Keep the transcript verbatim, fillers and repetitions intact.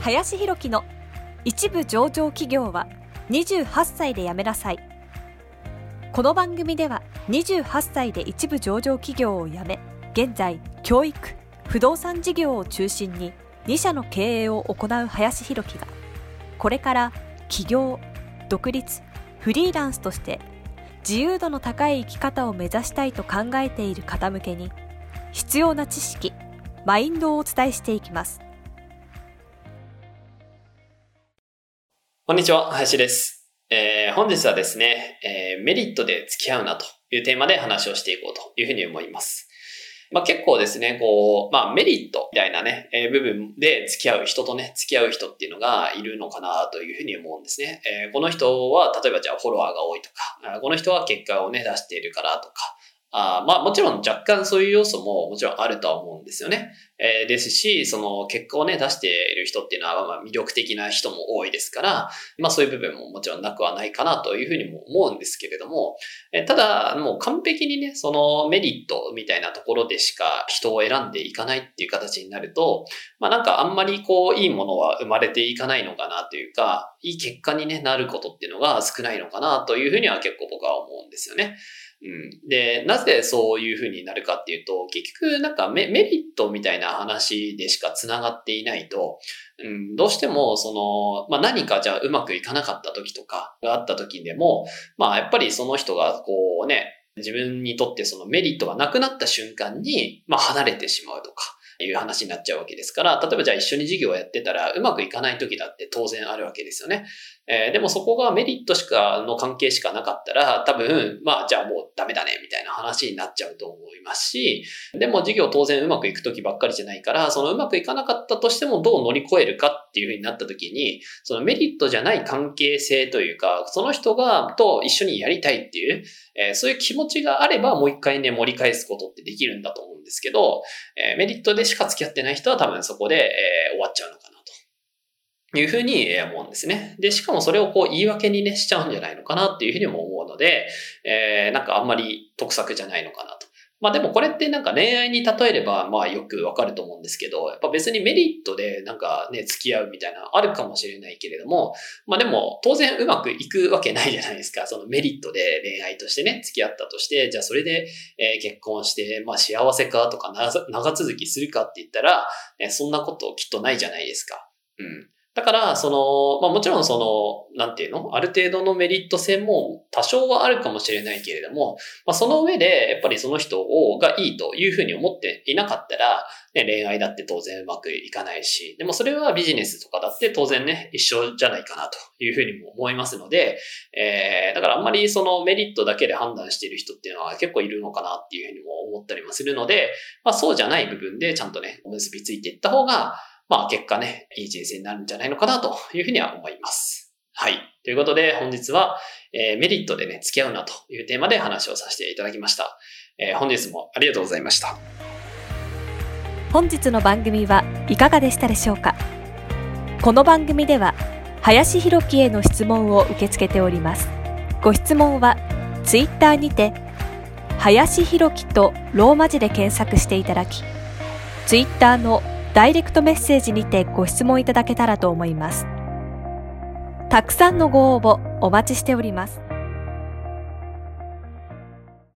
林弘樹の一部上場企業はにじゅうはっさいで辞めなさい。この番組ではにじゅうはっさいで一部上場企業を辞め、現在教育、不動産事業を中心にに社の経営を行う林弘樹が、これから起業、独立、フリーランスとして自由度の高い生き方を目指したいと考えている方向けに必要な知識、マインドをお伝えしていきます。 こんにちは、林です。えー、本日はですね、えー、メリットで付き合うなというテーマで話をしていこうというふうに思います。まあ、結構ですね、こう、まあメリットみたいなね、えー、部分で付き合う人とね、付き合う人っていうのがいるのかなというふうに思うんですね。えー、この人は、例えばじゃあフォロワーが多いとか、この人は結果をね、出しているからとか、あまあもちろん若干そういう要素ももちろんあるとは思うんですよね。えー、ですし、その結果をね出している人っていうのはまあ魅力的な人も多いですから、まあそういう部分ももちろんなくはないかなというふうにも思うんですけれども、えー、ただもう完璧にね、そのメリットみたいなところでしか人を選んでいかないっていう形になると、まあなんかあんまりこういいものは生まれていかないのかなというか、いい結果に、ね、なることっていうのが少ないのかなというふうには結構僕は思うんですよね。うん、で、なぜそういう風になるかっていうと、結局なんかメリットみたいな話でしか繋がっていないと、うん、どうしてもその、まあ、何かじゃあうまくいかなかった時とかがあった時でも、まあやっぱりその人がこうね、自分にとってそのメリットがなくなった瞬間に、まあ離れてしまうとか、いう話になっちゃうわけですから、例えばじゃあ一緒に事業をやってたらうまくいかない時だって当然あるわけですよね。えー、でもそこがメリットしかの関係しかなかったら多分、まあじゃあもうダメだねみたいな話になっちゃうと思いますし、でも事業当然うまくいく時ばっかりじゃないから、そのうまくいかなかったとしてもどう乗り越えるかっていう風になった時に、そのメリットじゃない関係性というか、その人がと一緒にやりたいっていう、えー、そういう気持ちがあればもう一回ね盛り返すことってできるんだと思うんですけど、えー、メリットでしか付き合ってない人は多分そこで、えー、終わっちゃうのかなというふうに思うんですね。で、しかもそれをこう言い訳にねしちゃうんじゃないのかなっていうふうにも思うので、えー、なんかあんまり得策じゃないのかなと。まあでもこれってなんか恋愛に例えればまあよくわかると思うんですけど、やっぱ別にメリットでなんかね付き合うみたいなのあるかもしれないけれども、まあでも当然うまくいくわけないじゃないですか。そのメリットで恋愛としてね付き合ったとして、じゃあそれで結婚してまあ幸せかとか長続きするかって言ったら、そんなこときっとないじゃないですか。うん。だから、その、まあもちろんその、なんていうのある程度のメリット性も多少はあるかもしれないけれども、まあその上で、やっぱりその人をがいいというふうに思っていなかったら、ね、恋愛だって当然うまくいかないし、でもそれはビジネスとかだって当然ね、一緒じゃないかなというふうにも思いますので、えー、だからあんまりそのメリットだけで判断している人っていうのは結構いるのかなっていうふうにも思ったりもするので、まあそうじゃない部分でちゃんとね、結びついていった方が、まあ結果ね、いい人生になるんじゃないのかなというふうには思います。はい。ということで本日は、えー、メリットでね、付き合うなというテーマで話をさせていただきました。えー、本日もありがとうございました。 本日の番組はいかがでしたでしょうか。この番組では林弘樹への質問を受け付けております。ご質問はツイッターにて林弘樹とローマ字で検索していただき、ツイッターのダイレクトメッセージにてご質問いただけたらと思います。たくさんのご応募お待ちしております。